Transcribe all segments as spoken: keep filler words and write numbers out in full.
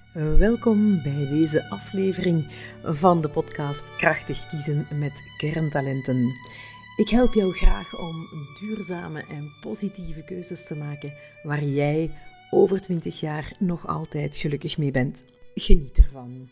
Welkom bij deze aflevering van de podcast Krachtig kiezen met kerntalenten. Ik help jou graag om duurzame en positieve keuzes te maken waar jij over twintig jaar nog altijd gelukkig mee bent. Geniet ervan.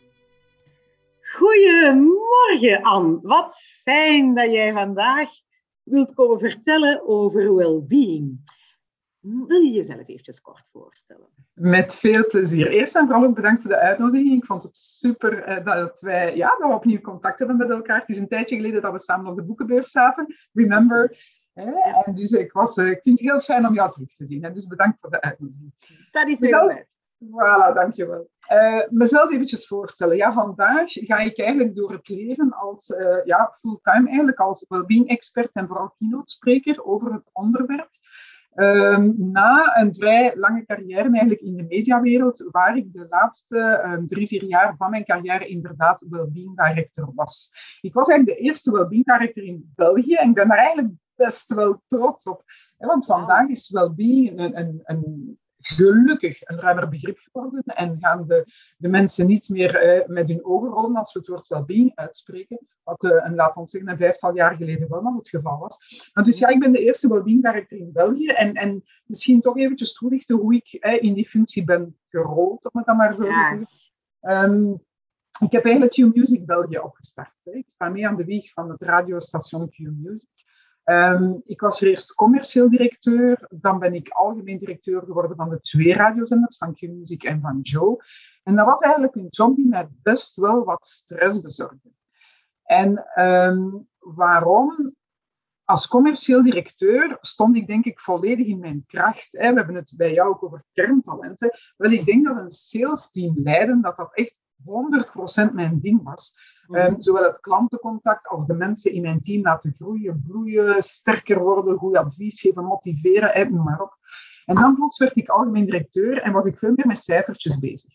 Goedemorgen, Anne. Wat fijn dat jij vandaag wilt komen vertellen over well-being. Wil je jezelf eventjes kort voorstellen? Met veel plezier. Eerst en vooral ook bedankt voor de uitnodiging. Ik vond het super eh, dat, wij, ja, dat we opnieuw contact hebben met elkaar. Het is een tijdje geleden dat we samen op de boekenbeurs zaten. Remember. Eh, en dus ik, was, eh, ik vind het heel fijn om jou terug te zien. Hè, dus bedankt voor de uitnodiging. Dat is heel leuk. Voilà, dankjewel. Uh, mezelf eventjes voorstellen. Ja, vandaag ga ik eigenlijk door het leven als uh, ja, fulltime eigenlijk als well-being expert en vooral keynote spreker over het onderwerp. Um, na een vrij lange carrière eigenlijk in de mediawereld, waar ik de laatste um, drie, vier jaar van mijn carrière inderdaad well-being director was. Ik was eigenlijk de eerste well-being director in België en ik ben daar eigenlijk best wel trots op. Want vandaag is well-being een, een, een gelukkig een ruimer begrip geworden en gaan de, de mensen niet meer eh, met hun ogen rollen als we het woord well-being uitspreken, wat uh, een, laat ons zeggen, een vijftal jaar geleden wel nog het geval was. Maar dus ja, ik ben de eerste well-being director in België en, en misschien toch eventjes toelichten hoe ik eh, in die functie ben gerold, om het dan maar zo te Ja. zeggen. Um, ik heb eigenlijk Q-Music België opgestart. Hè. Ik sta mee aan de wieg van het radiostation Q-Music. Um, ik was er eerst commercieel directeur, dan ben ik algemeen directeur geworden van de twee radiozenders, van Q-Music en van Joe. En dat was eigenlijk een job die mij best wel wat stress bezorgde. En um, waarom? Als commercieel directeur stond ik denk ik volledig in mijn kracht. Hè. We hebben het bij jou ook over kerntalenten. Wel, ik denk dat een sales team leiden, dat dat echt honderd procent mijn ding was. Um, zowel het klantencontact als de mensen in mijn team laten groeien, bloeien, sterker worden, goed advies geven, motiveren, hè, noem maar op. En dan plots werd ik algemeen directeur en was ik veel meer met cijfertjes bezig.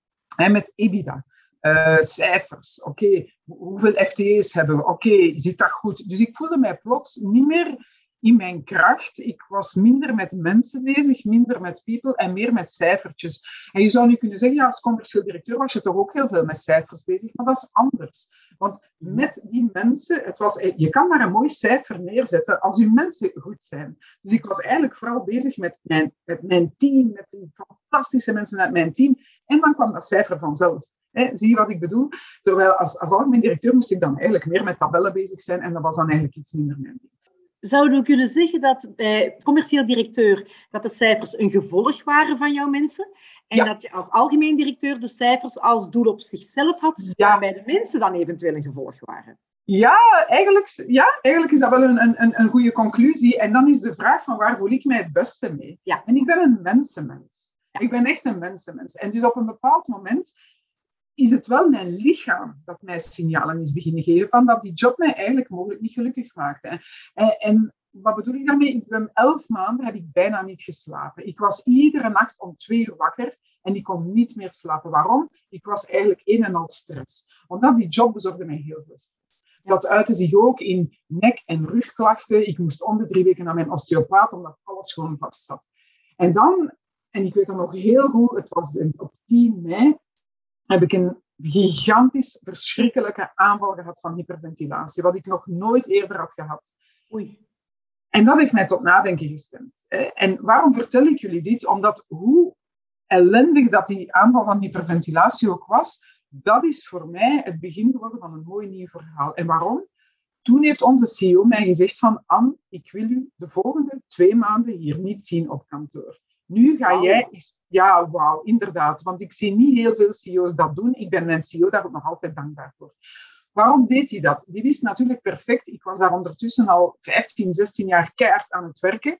En met EBITDA. Uh, cijfers, oké, okay. Hoeveel F T E's hebben we? Oké, okay. Zit dat goed? Dus ik voelde mij plots niet meer in mijn kracht. Ik was minder met mensen bezig, minder met people en meer met cijfertjes. En je zou nu kunnen zeggen, ja, als commercieel directeur was je toch ook heel veel met cijfers bezig, maar dat is anders. Want met die mensen, het was, je kan maar een mooi cijfer neerzetten als je mensen goed zijn. Dus ik was eigenlijk vooral bezig met mijn, met mijn team, met die fantastische mensen uit mijn team. En dan kwam dat cijfer vanzelf. He, zie je wat ik bedoel? Terwijl als, als algemeen directeur moest ik dan eigenlijk meer met tabellen bezig zijn en dat was dan eigenlijk iets minder mijn ding. Zouden we kunnen zeggen dat bij commercieel directeur dat de cijfers een gevolg waren van jouw mensen? En ja. Dat je als algemeen directeur de cijfers als doel op zichzelf had, ja. Waarbij de mensen dan eventueel een gevolg waren? Ja, eigenlijk, ja, eigenlijk is dat wel een, een, een goede conclusie. En dan is de vraag van waar voel ik mij het beste mee? Ja. En ik ben een mensenmens. Ja. Ik ben echt een mensenmens. En dus op een bepaald moment is het wel mijn lichaam dat mij signalen is beginnen geven van dat die job mij eigenlijk mogelijk niet gelukkig maakt. En, en wat bedoel ik daarmee? Ik ben elf maanden heb ik bijna niet geslapen. Ik was iedere nacht om twee uur wakker en ik kon niet meer slapen. Waarom? Ik was eigenlijk een en al stress. Omdat die job bezorgde mij heel veel stress. Dat uitte zich ook in nek- en rugklachten. Ik moest om de drie weken naar mijn osteopaat omdat alles gewoon vast zat. En dan, en ik weet dat nog heel goed, het was op tien mei, heb ik een gigantisch verschrikkelijke aanval gehad van hyperventilatie, wat ik nog nooit eerder had gehad. Oei. En dat heeft mij tot nadenken gestemd. En waarom vertel ik jullie dit? Omdat hoe ellendig dat die aanval van hyperventilatie ook was, dat is voor mij het begin geworden van een mooi nieuw verhaal. En waarom? Toen heeft onze C E O mij gezegd van Anne, ik wil u de volgende twee maanden hier niet zien op kantoor. Nu ga wow. jij... Ja, wauw, inderdaad. Want ik zie niet heel veel C E O's dat doen. Ik ben mijn C E O daar ook nog altijd dankbaar voor. Waarom deed hij dat? Die wist natuurlijk perfect. Ik was daar ondertussen al vijftien, zestien jaar keihard aan het werken.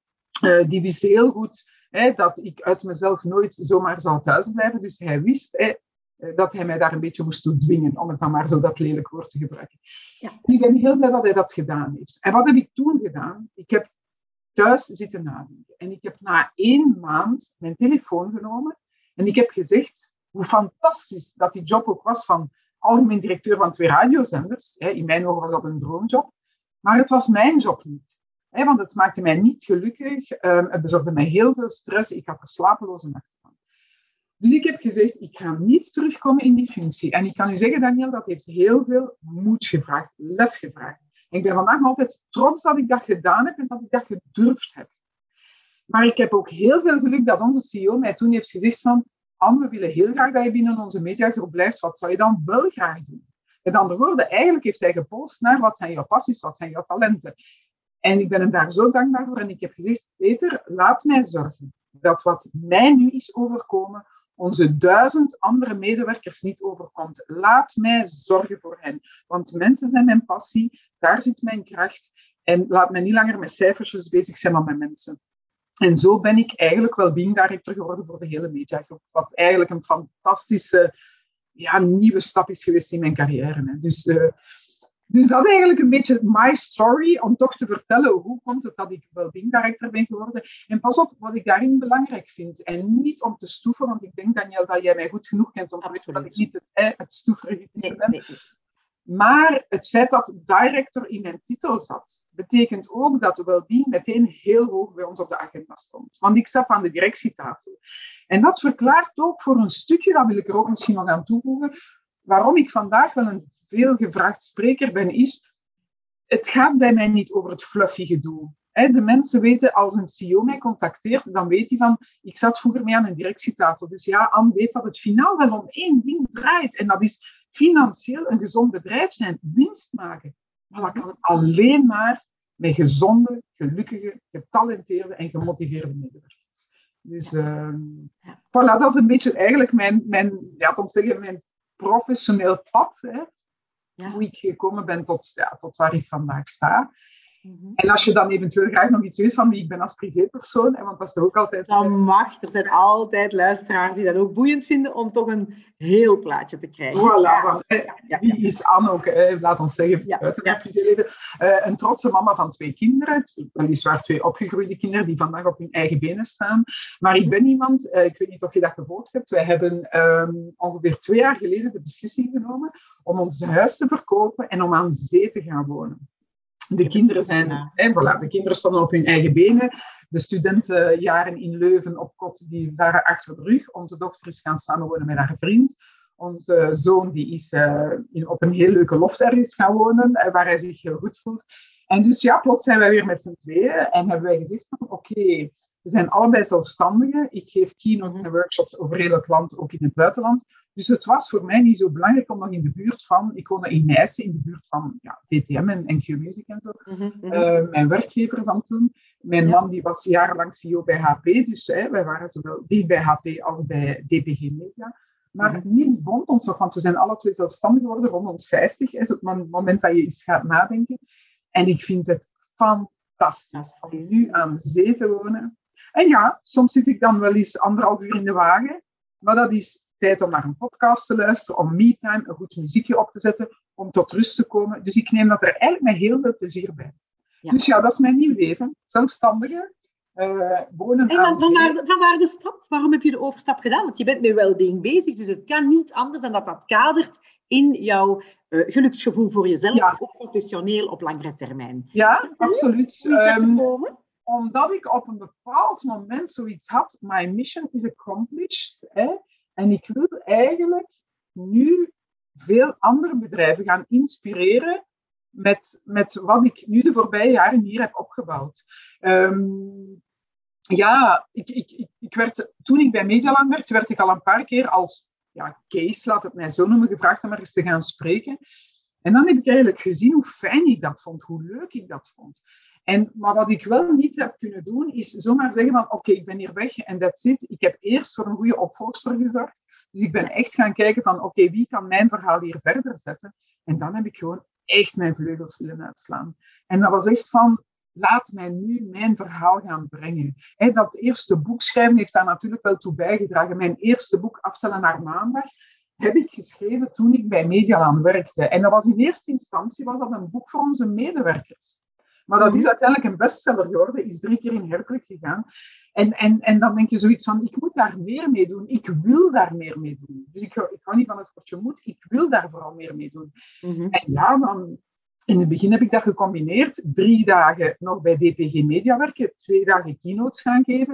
Uh, die wist heel goed hè, dat ik uit mezelf nooit zomaar zou thuisblijven. Dus hij wist hè, dat hij mij daar een beetje moest toe dwingen, om het dan maar zo dat lelijk woord te gebruiken. Ja. En ik ben heel blij dat hij dat gedaan heeft. En wat heb ik toen gedaan? Ik heb thuis zitten nadenken. En ik heb na één maand mijn telefoon genomen en ik heb gezegd hoe fantastisch dat die job ook was van algemeen directeur van twee radiozenders. In mijn ogen was dat een droomjob. Maar het was mijn job niet. Want het maakte mij niet gelukkig. Het bezorgde mij heel veel stress. Ik had er slapeloze nachten van. Dus ik heb gezegd, ik ga niet terugkomen in die functie. En ik kan u zeggen, Daniel, dat heeft heel veel moed gevraagd, lef gevraagd. En ik ben vandaag altijd trots dat ik dat gedaan heb en dat ik dat gedurfd heb. Maar ik heb ook heel veel geluk dat onze C E O mij toen heeft gezegd van, Anne, we willen heel graag dat je binnen onze mediagroep blijft. Wat zou je dan wel graag doen? Met andere woorden, eigenlijk heeft hij gepolst naar wat zijn jouw passies, wat zijn jouw talenten. En ik ben hem daar zo dankbaar voor. En ik heb gezegd, Peter, laat mij zorgen dat wat mij nu is overkomen, onze duizend andere medewerkers niet overkomt. Laat mij zorgen voor hen. Want mensen zijn mijn passie, daar zit mijn kracht. En laat mij niet langer met cijfertjes bezig zijn, maar met mensen. En zo ben ik eigenlijk well-being director geworden voor de hele mediagroep. Wat eigenlijk een fantastische ja, nieuwe stap is geweest in mijn carrière. Hè. Dus, uh, dus dat is eigenlijk een beetje my story, om toch te vertellen hoe komt het dat ik well-being director ben geworden. En pas op, wat ik daarin belangrijk vind. En niet om te stoeven, want ik denk, Daniel, dat jij mij goed genoeg kent om te weten dat ik niet het, eh, het stoeverige type ben. Nee, nee. Maar het feit dat director in mijn titel zat, betekent ook dat de well-being meteen heel hoog bij ons op de agenda stond. Want ik zat aan de directietafel. En dat verklaart ook voor een stukje, dat wil ik er ook misschien nog aan toevoegen, waarom ik vandaag wel een veelgevraagd spreker ben, is, het gaat bij mij niet over het fluffy gedoe. De mensen weten, als een C E O mij contacteert, dan weet hij van, ik zat vroeger mee aan een directietafel. Dus ja, Anne weet dat het finaal wel om één ding draait. En dat is financieel een gezond bedrijf zijn, winst maken. Maar dat kan alleen maar met gezonde, gelukkige, getalenteerde en gemotiveerde medewerkers. Dus uh, voilà, dat is een beetje eigenlijk mijn, mijn, ja, tot zeggen, mijn professioneel pad. Hè? Ja. Hoe ik gekomen ben tot, ja, tot waar ik vandaag sta. Mm-hmm. En als je dan eventueel graag nog iets weet van wie ik ben als privépersoon, hè, want dat is toch ook altijd... Dan mag. Er zijn altijd luisteraars die dat ook boeiend vinden om toch een heel plaatje te krijgen. Voilà, ja. Van, hè, ja, ja, wie is Anne ook, hè, laat ons zeggen, ja, buiten haar ja. privéleven. Uh, een trotse mama van twee kinderen, weliswaar twee opgegroeide kinderen die vandaag op hun eigen benen staan. Maar ik ben iemand, uh, ik weet niet of je dat gevolgd hebt, wij hebben um, ongeveer twee jaar geleden de beslissing genomen om ons huis te verkopen en om aan zee te gaan wonen. De kinderen, zijn, ja. hè, voilà, de kinderen stonden op hun eigen benen. De studentenjaren in Leuven op kot, die waren achter de rug. Onze dochter is gaan samenwonen met haar vriend. Onze zoon die is uh, in, op een heel leuke loft ergens gaan wonen, uh, waar hij zich heel goed voelt. En dus ja, plots zijn wij weer met z'n tweeën en hebben wij gezegd van oké, okay, we zijn allebei zelfstandigen. Ik geef keynotes en workshops over heel het land, ook in het buitenland. Dus het was voor mij niet zo belangrijk om nog in de buurt van... Ik woonde in Nijssen, in de buurt van ja, V T M en, en Q-Music en zo. Mm-hmm. Uh, mijn werkgever van toen. Mijn ja. man die was jarenlang C E O bij H P. Dus hè, wij waren zowel dicht bij H P als bij D P G Media. Maar mm-hmm. niets bond ons nog, want we zijn alle twee zelfstandig geworden rond ons vijftig. Hè, zo op het moment dat je eens gaat nadenken. En ik vind het fantastisch om nu aan de zee te wonen. En ja, soms zit ik dan wel eens anderhalf uur in de wagen. Maar dat is tijd om naar een podcast te luisteren, om me-time, een goed muziekje op te zetten, om tot rust te komen. Dus ik neem dat er eigenlijk met heel veel plezier bij. Ja. Dus ja, dat is mijn nieuw leven. Zelfstandige, uh, wonen en aan van waar, van waar de stap? Waarom heb je de overstap gedaan? Want je bent met well-being bezig, dus het kan niet anders dan dat dat kadert in jouw uh, geluksgevoel voor jezelf, ja. ook professioneel op langere termijn. Ja, absoluut. Um, omdat ik op een bepaald moment zoiets had, my mission is accomplished, hè? En ik wil eigenlijk nu veel andere bedrijven gaan inspireren met, met wat ik nu de voorbije jaren hier heb opgebouwd. Um, ja, ik, ik, ik, ik werd, toen ik bij Medialand werd, werd ik al een paar keer als ja, case, laat het mij zo noemen, gevraagd om er eens te gaan spreken. En dan heb ik eigenlijk gezien hoe fijn ik dat vond, hoe leuk ik dat vond. En, maar wat ik wel niet heb kunnen doen, is zomaar zeggen van oké, okay, ik ben hier weg en that's it. Ik heb eerst voor een goede opvolgster gezorgd. Dus ik ben echt gaan kijken van oké, okay, wie kan mijn verhaal hier verder zetten? En dan heb ik gewoon echt mijn vleugels willen uitslaan. En dat was echt van, laat mij nu mijn verhaal gaan brengen. He, dat eerste boek schrijven heeft daar natuurlijk wel toe bijgedragen. Mijn eerste boek, Aftellen naar Maandag, heb ik geschreven toen ik bij Medialand werkte. En dat was in eerste instantie was dat een boek voor onze medewerkers. Maar dat is uiteindelijk een bestseller geworden, is drie keer in herdruk gegaan. En, en, en dan denk je zoiets van, ik moet daar meer mee doen. Ik wil daar meer mee doen. Dus ik, ik hou niet van het woordje moet, ik wil daar vooral meer mee doen. Mm-hmm. En ja, dan, in het begin heb ik dat gecombineerd. Drie dagen nog bij D P G Media werken, twee dagen keynotes gaan geven.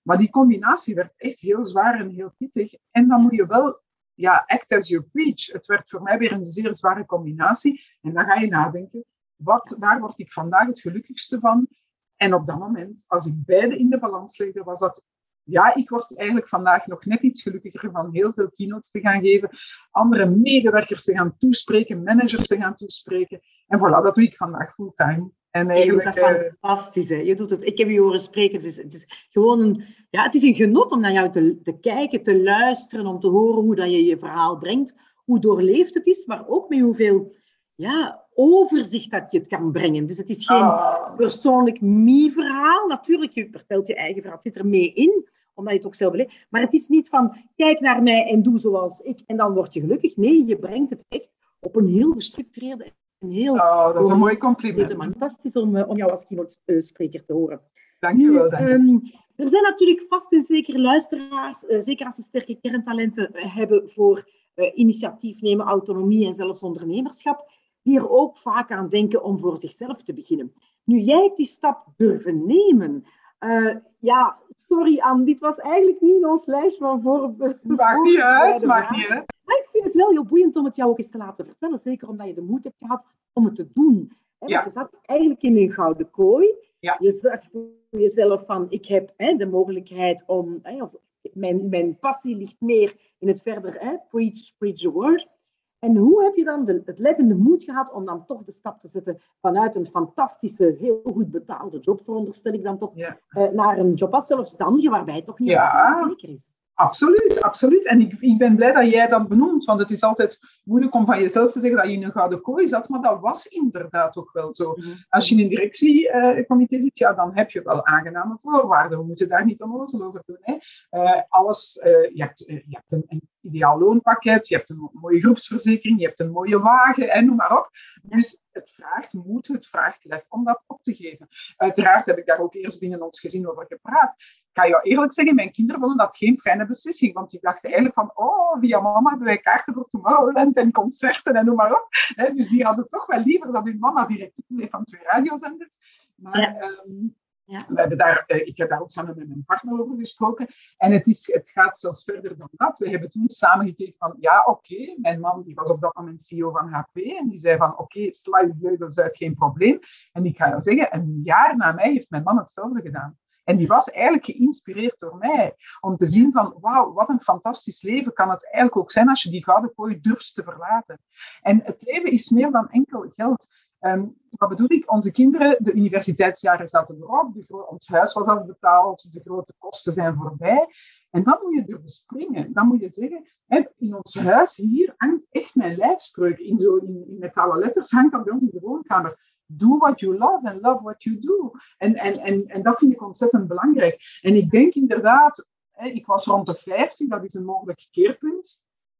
Maar die combinatie werd echt heel zwaar en heel pittig. En dan moet je wel, ja, act as you preach. Het werd voor mij weer een zeer zware combinatie. En dan ga je nadenken, wat, waar word ik vandaag het gelukkigste van? En op dat moment, als ik beide in de balans legde, was dat... Ja, ik word eigenlijk vandaag nog net iets gelukkiger van heel veel keynotes te gaan geven, andere medewerkers te gaan toespreken, managers te gaan toespreken. En voilà, dat doe ik vandaag fulltime. En eigenlijk, je doet dat fantastisch. Hè? Je doet het, ik heb je horen spreken. Het is, het is gewoon een, ja, het is een genot om naar jou te, te kijken, te luisteren, om te horen hoe dat je je verhaal brengt, hoe doorleefd het is, maar ook met hoeveel ja, overzicht dat je het kan brengen. Dus het is geen oh. persoonlijk me-verhaal. Natuurlijk, je vertelt je eigen verhaal, het zit er mee in, omdat je het ook zelf beleeft. Maar het is niet van, kijk naar mij en doe zoals ik, en dan word je gelukkig. Nee, je brengt het echt op een heel gestructureerde... Een heel oh, dat is een mooi compliment. Het is fantastisch om, om jou als keynote-spreker te horen. Dank je wel. Dank je. Um, er zijn natuurlijk vast en zeker luisteraars, uh, zeker als ze sterke kerntalenten hebben voor uh, initiatief nemen, autonomie en zelfs ondernemerschap, die er ook vaak aan denken om voor zichzelf te beginnen. Nu, jij hebt die stap durven nemen. Uh, ja, sorry Anne, dit was eigenlijk niet in ons lijstje van voor... Maakt niet uit, maakt niet uit. Maar ik vind het wel heel boeiend om het jou ook eens te laten vertellen. Zeker omdat je de moed hebt gehad om het te doen. He, ja. Je zat eigenlijk in een gouden kooi. Ja. Je zag voor jezelf van, ik heb he, de mogelijkheid om... He, of, mijn, mijn passie ligt meer in het verder he, preach, preach the word. En hoe heb je dan de, het lef en de moed gehad om dan toch de stap te zetten vanuit een fantastische, heel goed betaalde job, veronderstel ik dan toch, ja. uh, naar een job als zelfstandige, waarbij het toch niet ja. zeker is? Absoluut, absoluut. En ik, ik ben blij dat jij dat benoemt, want het is altijd moeilijk om van jezelf te zeggen dat je in een gouden kooi zat, maar dat was inderdaad ook wel zo. Mm-hmm. Als je in een directiecomité uh, zit, ja, dan heb je wel aangename voorwaarden. We moeten daar niet onnozel over doen. Hè. Uh, alles, uh, je hebt, uh, je hebt een, een ideaal loonpakket, je hebt een mooie groepsverzekering, je hebt een mooie wagen, en noem maar op. Dus het vraagt moed, het vraagt lef om dat op te geven. Uiteraard heb ik daar ook eerst binnen ons gezin over gepraat. Ik ga jou eerlijk zeggen, mijn kinderen vonden dat geen fijne beslissing, want die dachten eigenlijk van, oh, via mama hebben wij kaarten voor Tomorrowland en concerten en noem maar op. He, dus die hadden toch wel liever dat hun mama directeur bleef van twee radiozenders. Maar ja. um, ja. we hebben daar, uh, ik heb daar ook samen met mijn partner over gesproken. En het, is, het gaat zelfs verder dan dat. We hebben toen samen gekeken van, ja, oké, okay, mijn man die was op dat moment C E O van H P en die zei van, oké, okay, sla je vleugels uit, geen probleem. En ik ga jou zeggen, een jaar na mij heeft mijn man hetzelfde gedaan. En die was eigenlijk geïnspireerd door mij. Om te zien van, wauw, wat een fantastisch leven kan het eigenlijk ook zijn als je die gouden kooi durft te verlaten. En het leven is meer dan enkel geld. Um, wat bedoel ik? Onze kinderen, de universiteitsjaren zaten erop, de gro- ons huis was afbetaald, de grote kosten zijn voorbij. En dan moet je durven springen. Dan moet je zeggen, hè, in ons huis hier hangt echt mijn lijfspreuk. In, zo, in, in metalen letters hangt dat bij ons in de woonkamer. Do what you love and love what you do. En, en, en, en dat vind ik ontzettend belangrijk. En ik denk inderdaad, hè, ik was rond de vijftig, dat is een mogelijk keerpunt.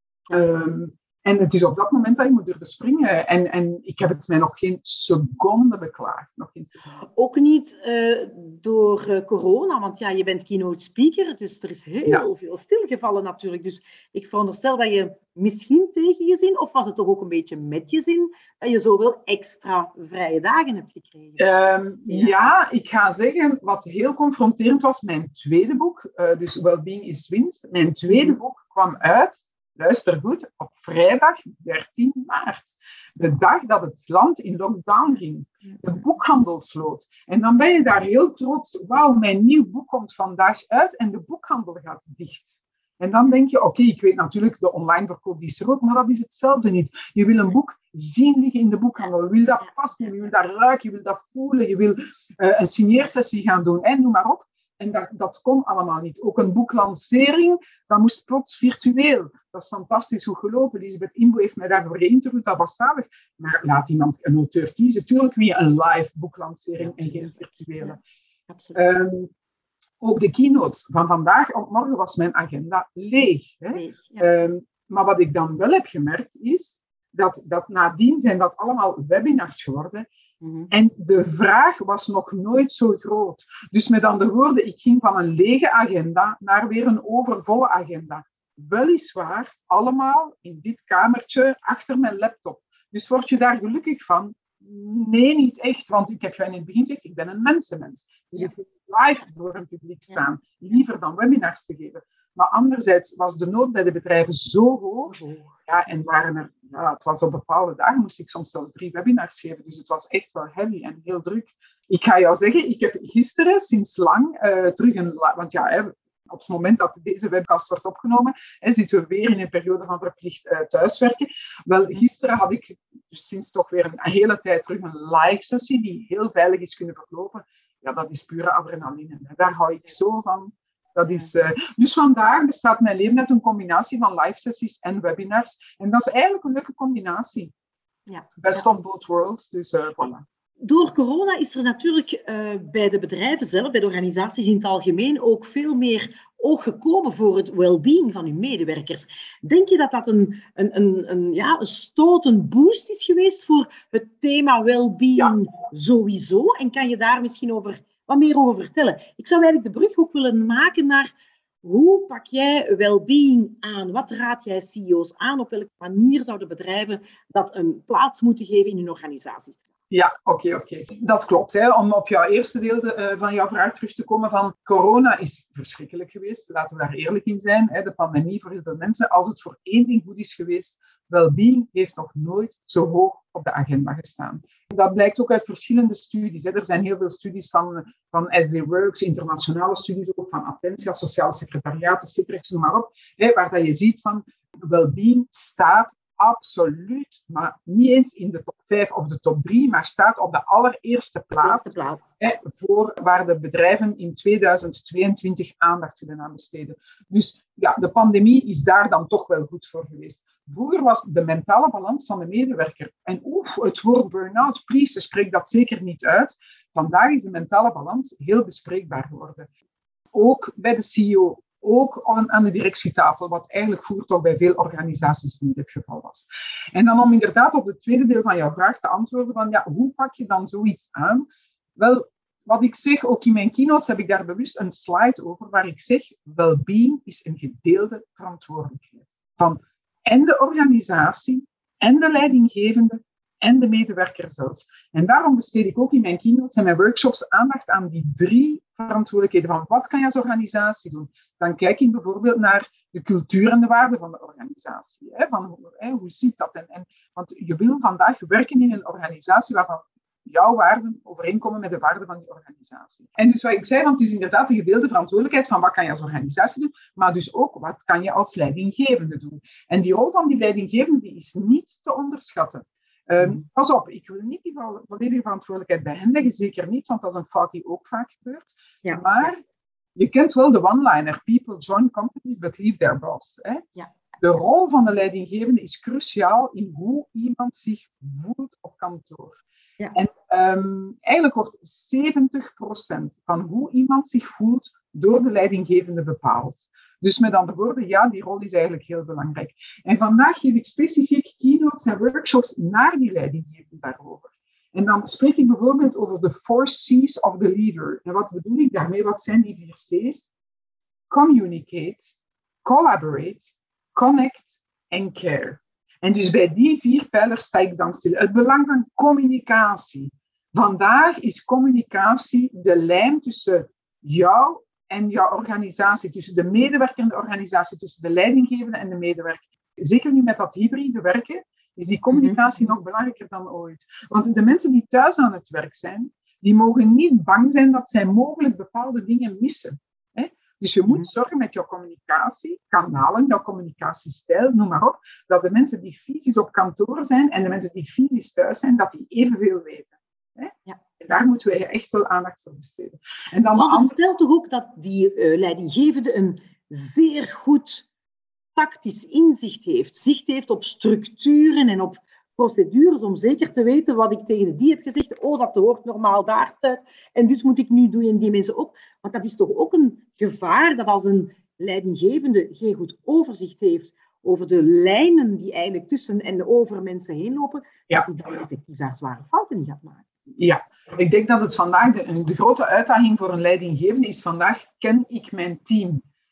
Um, en het is op dat moment dat je moet durven springen. En, en ik heb het mij nog geen seconde beklaagd. Nog geen seconde. Ook niet uh, door uh, corona, want ja, je bent keynote speaker, dus er is heel ja. veel stilgevallen natuurlijk. Dus ik veronderstel dat je misschien tegen je zin, of was het toch ook een beetje met je zin, dat je zoveel extra vrije dagen hebt gekregen? Um, ja. ja, ik ga zeggen, wat heel confronterend was, mijn tweede boek, uh, dus Wellbeing is winst, mijn tweede boek kwam uit, luister goed, op vrijdag dertien maart. De dag dat het land in lockdown ging. De boekhandel sloot. En dan ben je daar heel trots. Wauw, mijn nieuw boek komt vandaag uit en de boekhandel gaat dicht. En dan denk je, oké, okay, ik weet natuurlijk, de online verkoop die is er ook, maar dat is hetzelfde niet. Je wil een boek zien liggen in de boekhandel. Je wil dat vastnemen, je wil dat ruiken, je wil dat voelen, je wil uh, een signeersessie gaan doen en noem maar op. En dat, dat kon allemaal niet. Ook een boeklancering, dat moest plots virtueel. Dat is fantastisch goed gelopen. Elisabeth Imbo heeft mij daarvoor geïnterviewd, dat was zalig. Maar laat iemand een auteur kiezen. Tuurlijk via een live boeklancering en geen virtuele. Ja, absoluut. Um, ook de keynotes van vandaag op morgen was mijn agenda leeg. Hè? leeg ja. um, maar wat ik dan wel heb gemerkt is, dat, dat nadien zijn dat allemaal webinars geworden. Mm-hmm. En de vraag was nog nooit zo groot. Dus met andere woorden, ik ging van een lege agenda naar weer een overvolle agenda. Weliswaar allemaal in dit kamertje achter mijn laptop. Dus word je daar gelukkig van? Nee, niet echt. Want ik heb jou in het begin gezegd, ik ben een mensenmens. Dus ik wil live voor een publiek staan, liever dan webinars te geven. Maar anderzijds was de nood bij de bedrijven zo hoog. Ja, en waren er, ja, het was op bepaalde dagen, moest ik soms zelfs drie webinars geven. Dus het was echt wel heavy en heel druk. Ik ga jou zeggen, ik heb gisteren sinds lang uh, terug een... Want ja, hè, op het moment dat deze webcast wordt opgenomen, hè, zitten we weer in een periode van verplicht uh, thuiswerken. Wel, gisteren had ik dus sinds toch weer een, een hele tijd terug een live sessie die heel veilig is kunnen verlopen. Ja, dat is pure adrenaline. Hè. Daar hou ik zo van. Dat is, uh, dus vandaag bestaat mijn leven uit een combinatie van live sessies en webinars. En dat is eigenlijk een leuke combinatie. Ja. Best of both worlds. Dus uh, voilà. Door corona is er natuurlijk uh, bij de bedrijven zelf, bij de organisaties in het algemeen, ook veel meer oog gekomen voor het well-being van hun medewerkers. Denk je dat dat een, een, een, een, ja, een stoot, een boost is geweest voor het thema well-being ja. sowieso? En kan je daar misschien over, wat meer over vertellen? Ik zou eigenlijk de brug ook willen maken naar hoe pak jij well-being aan? Wat raad jij C E O's aan? Op welke manier zouden bedrijven dat een plaats moeten geven in hun organisaties? Ja, oké, okay, oké. Okay. Dat klopt. Hè. Om op jouw eerste deel de, uh, van jouw vraag terug te komen van corona is verschrikkelijk geweest. Laten we daar eerlijk in zijn. Hè. De pandemie voor heel veel mensen. Als het voor één ding goed is geweest, well-being heeft nog nooit zo hoog op de agenda gestaan. Dat blijkt ook uit verschillende studies. Hè. Er zijn heel veel studies van, van S D Works, internationale studies ook, van Attentia, Sociale Secretariaten, Citrix, noem maar op. Hè, waar dat je ziet van well-being staat absoluut, maar niet eens in de top vijf of de top drie, maar staat op de allereerste plaats, Eerste plaats. Hè, voor waar de bedrijven in tweeduizend tweeëntwintig aandacht willen aan besteden. Dus ja, de pandemie is daar dan toch wel goed voor geweest. Vroeger was de mentale balans van de medewerker, en oef, het woord burn-out, please, spreek dat zeker niet uit. Vandaag is de mentale balans heel bespreekbaar geworden. Ook bij de C E O. Ook aan de directietafel, wat eigenlijk vroeger toch bij veel organisaties niet het geval was. En dan om inderdaad op het tweede deel van jouw vraag te antwoorden, van ja, hoe pak je dan zoiets aan? Wel, wat ik zeg, ook in mijn keynotes heb ik daar bewust een slide over, waar ik zeg, well-being is een gedeelde verantwoordelijkheid. Van en de organisatie, en de leidinggevende, en de medewerker zelf. En daarom besteed ik ook in mijn keynotes en mijn workshops aandacht aan die drie verantwoordelijkheden. Van wat kan je als organisatie doen? Dan kijk ik bijvoorbeeld naar de cultuur en de waarden van de organisatie. Hè? Van, hè, hoe zit dat? En, en, want je wil vandaag werken in een organisatie waarvan jouw waarden overeenkomen met de waarden van die organisatie. En dus wat ik zei, want het is inderdaad de gedeelde verantwoordelijkheid van wat kan je als organisatie doen, maar dus ook wat kan je als leidinggevende doen. En die rol van die leidinggevende die is niet te onderschatten. Um, pas op, ik wil niet die volledige verantwoordelijkheid bij hen leggen, zeker niet, want dat is een fout die ook vaak gebeurt. Ja. Maar je kent wel de one-liner, people join companies but leave their boss. Hè? Ja. De rol van de leidinggevende is cruciaal in hoe iemand zich voelt op kantoor. Ja. En um, eigenlijk wordt zeventig procent van hoe iemand zich voelt door de leidinggevende bepaald. Dus met andere woorden, ja, die rol is eigenlijk heel belangrijk. En vandaag geef ik specifiek keynotes en workshops naar die leidinggevende daarover. En dan spreek ik bijvoorbeeld over de four C's of the leader. En wat bedoel ik daarmee? Wat zijn die vier C's? Communicate, collaborate, connect en care. En dus bij die vier pijlers sta ik dan stil. Het belang van communicatie. Vandaag is communicatie de lijm tussen jou en jouw organisatie, tussen de medewerker en de organisatie, tussen de leidinggevende en de medewerker. Zeker nu met dat hybride werken, is die communicatie mm-hmm. nog belangrijker dan ooit. Want de mensen die thuis aan het werk zijn, die mogen niet bang zijn dat zij mogelijk bepaalde dingen missen. Hè? Dus je moet mm-hmm. zorgen met jouw communicatie, kanalen, jouw communicatiestijl, noem maar op, dat de mensen die fysisch op kantoor zijn en de mensen die fysisch thuis zijn, dat die evenveel weten. Hè? Ja. En daar moeten we echt wel aandacht voor besteden. En dan Want stel andere... toch ook dat die uh, leidinggevende een zeer goed tactisch inzicht heeft. Zicht heeft op structuren en op procedures om zeker te weten wat ik tegen die heb gezegd. Oh, dat hoort normaal daar staat. En dus moet ik nu doen en die mensen ook. Want dat is toch ook een gevaar dat als een leidinggevende geen goed overzicht heeft over de lijnen die eigenlijk tussen en over mensen heen lopen, ja. dat hij dan effectief daar zware fouten in gaat maken. Ja, ik denk dat het vandaag de, de grote uitdaging voor een leidinggevende is. Vandaag ken ik mijn team.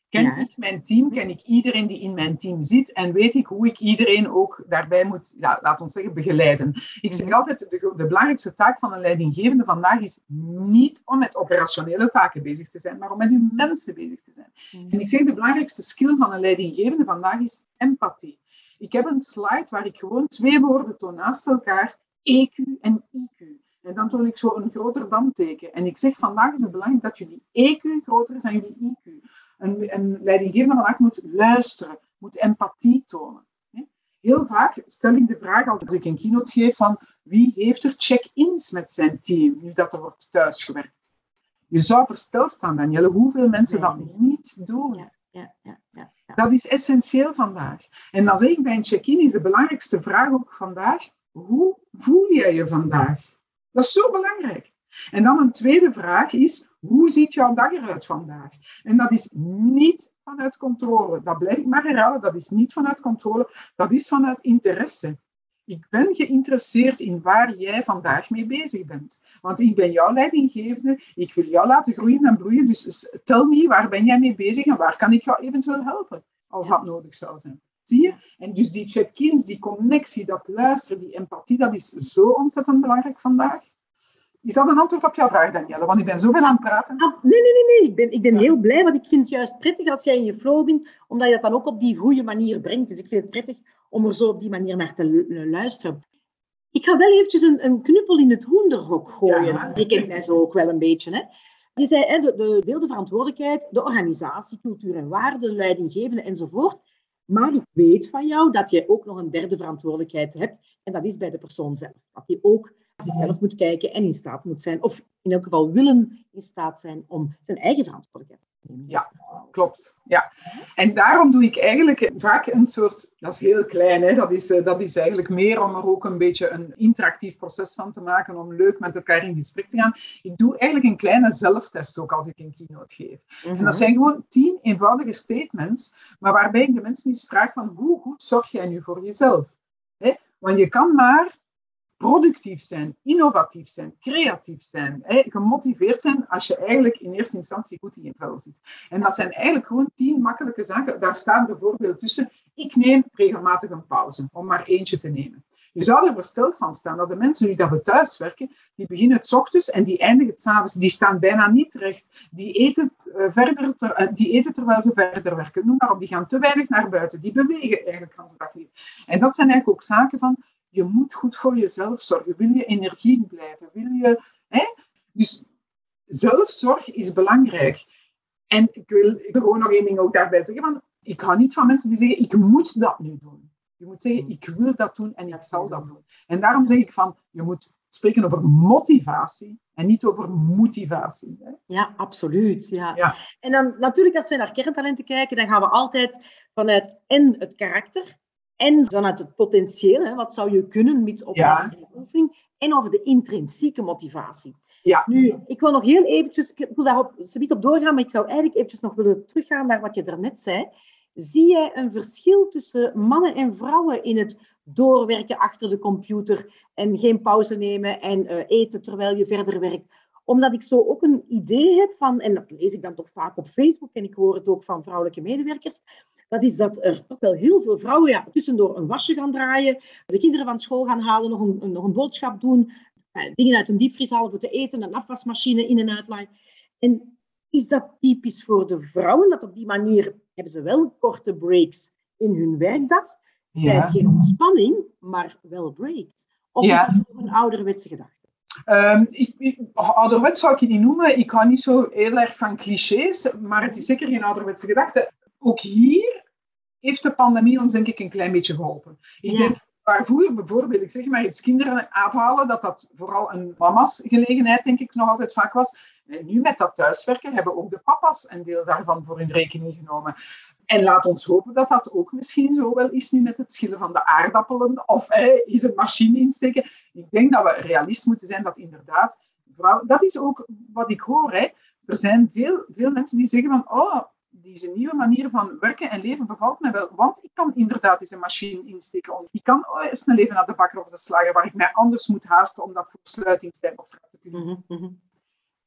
Ken Ja. ik mijn team, ken ik iedereen die in mijn team zit en weet ik hoe ik iedereen ook daarbij moet, ja, laat ons zeggen, begeleiden. Ik zeg Mhm. altijd, de, de belangrijkste taak van een leidinggevende vandaag is niet om met operationele taken bezig te zijn, maar om met uw mensen bezig te zijn. Mhm. En ik zeg, de belangrijkste skill van een leidinggevende vandaag is empathie. Ik heb een slide waar ik gewoon twee woorden toon naast elkaar, E Q en I Q. En dan toon ik zo een groter dan teken. En ik zeg, vandaag is het belangrijk dat jullie E Q groter is dan jullie I Q. Een, een leidinggevende vandaag moet luisteren, moet empathie tonen. Heel vaak stel ik de vraag, als ik een keynote geef, van wie heeft er check-ins met zijn team, nu dat er wordt thuisgewerkt. Je zou versteld staan, Danielle, hoeveel mensen Nee. dat niet doen. Ja, ja, ja, ja, ja. Dat is essentieel vandaag. En dan zeg ik bij een check-in, is de belangrijkste vraag ook vandaag, hoe voel jij je vandaag? Dat is zo belangrijk. En dan een tweede vraag is, hoe ziet jouw dag eruit vandaag? En dat is niet vanuit controle. Dat blijf ik maar herhalen, dat is niet vanuit controle, dat is vanuit interesse. Ik ben geïnteresseerd in waar jij vandaag mee bezig bent. Want ik ben jouw leidinggevende, ik wil jou laten groeien en bloeien, dus tel me, waar ben jij mee bezig en waar kan ik jou eventueel helpen, als dat nodig zou zijn. Zie je? En dus die check-ins, die connectie, dat luisteren, die empathie, dat is zo ontzettend belangrijk vandaag. Is dat een antwoord op jouw vraag, Danielle? Want ik ben zoveel aan het praten. Ah, nee, nee, nee, nee. Ik ben, ik ben heel blij, want ik vind het juist prettig als jij in je flow bent, omdat je dat dan ook op die goede manier brengt. Dus ik vind het prettig om er zo op die manier naar te lu- luisteren. Ik ga wel eventjes een, een knuppel in het hoenderhok gooien. Ja. Je kent mij zo ook wel een beetje. Hè? Je zei, hè, de, de deel de verantwoordelijkheid, de organisatie, cultuur en waarden, leidinggevende enzovoort. Maar ik weet van jou dat je ook nog een derde verantwoordelijkheid hebt. En dat is bij de persoon zelf. Dat je ook zichzelf moet kijken en in staat moet zijn, of in elk geval willen in staat zijn om zijn eigen verantwoordelijkheid te nemen. Ja, klopt. Ja. En daarom doe ik eigenlijk vaak een soort, dat is heel klein, hè? Dat, is, dat is eigenlijk meer om er ook een beetje een interactief proces van te maken, om leuk met elkaar in gesprek te gaan. Ik doe eigenlijk een kleine zelftest ook als ik een keynote geef. Mm-hmm. En dat zijn gewoon tien eenvoudige statements, maar waarbij ik de mensen eens vraag van, hoe goed zorg jij nu voor jezelf? Hè? Want je kan maar productief zijn, innovatief zijn, creatief zijn, hè, gemotiveerd zijn als je eigenlijk in eerste instantie goed in je vel zit. En dat zijn eigenlijk gewoon tien makkelijke zaken. Daar staat bijvoorbeeld tussen, ik neem regelmatig een pauze, om maar eentje te nemen. Je zou er versteld van staan dat de mensen die dat we thuis werken, die beginnen het 's ochtends en die eindigen het 's avonds, die staan bijna niet recht. Die eten, uh, verder ter, uh, die eten terwijl ze verder werken. Noem maar op, die gaan te weinig naar buiten. Die bewegen eigenlijk de hele dag niet. En dat zijn eigenlijk ook zaken van, je moet goed voor jezelf zorgen. Wil je energiek blijven? Wil je, hè? Dus zelfzorg is belangrijk. En ik wil, ik wil gewoon nog één ding ook daarbij zeggen. Van, ik hou niet van mensen die zeggen, ik moet dat nu doen. Je moet zeggen, ik wil dat doen en ik zal dat doen. En daarom zeg ik van, je moet spreken over motivatie en niet over motivatie. Hè? Ja, absoluut. Ja. Ja. En dan natuurlijk, als we naar kerntalenten kijken, dan gaan we altijd vanuit en het karakter, en vanuit het potentieel, hè, wat zou je kunnen, mits opleiding en oefening, en over de intrinsieke motivatie. Ja. Nu, ik wil nog heel eventjes, ik wil daarop subiet op doorgaan, maar ik zou eigenlijk eventjes nog willen teruggaan naar wat je daarnet zei. Zie jij een verschil tussen mannen en vrouwen in het doorwerken achter de computer en geen pauze nemen en uh, eten terwijl je verder werkt? Omdat ik zo ook een idee heb van, en dat lees ik dan toch vaak op Facebook en ik hoor het ook van vrouwelijke medewerkers, dat is dat er toch wel heel veel vrouwen ja, tussendoor een wasje gaan draaien, de kinderen van school gaan halen, nog een, een, nog een boodschap doen, eh, dingen uit een diepvries halen voor te eten, een afwasmachine in- en uitlaaien. En is dat typisch voor de vrouwen, dat op die manier hebben ze wel korte breaks in hun werkdag? Zij Ja. het geen ontspanning, maar wel breaks? Of Ja. is dat nog een ouderwetse gedachte? Um, ik, ik, ouderwets zou ik het niet noemen. Ik hou niet zo heel erg van clichés, maar het is zeker geen ouderwetse gedachte. Ook hier heeft de pandemie ons denk ik een klein beetje geholpen. Ik Ja. denk, waar vroeger bijvoorbeeld, ik zeg maar iets, kinderen afhalen, dat dat vooral een mama's gelegenheid denk ik nog altijd vaak was. En nu met dat thuiswerken hebben ook de papa's een deel daarvan voor hun rekening genomen. En laat ons hopen dat dat ook misschien zo wel is nu met het schillen van de aardappelen of eh, is een machine insteken. Ik denk dat we realist moeten zijn dat inderdaad, vrouwen, dat is ook wat ik hoor. Hè. Er zijn veel, veel mensen die zeggen van, oh, deze nieuwe manier van werken en leven bevalt mij wel, want ik kan inderdaad eens een machine insteken. Ik kan oh, snel even naar de bakker of de slager waar ik mij anders moet haasten om dat voor sluitingstijd op te kunnen. Mm-hmm, mm-hmm.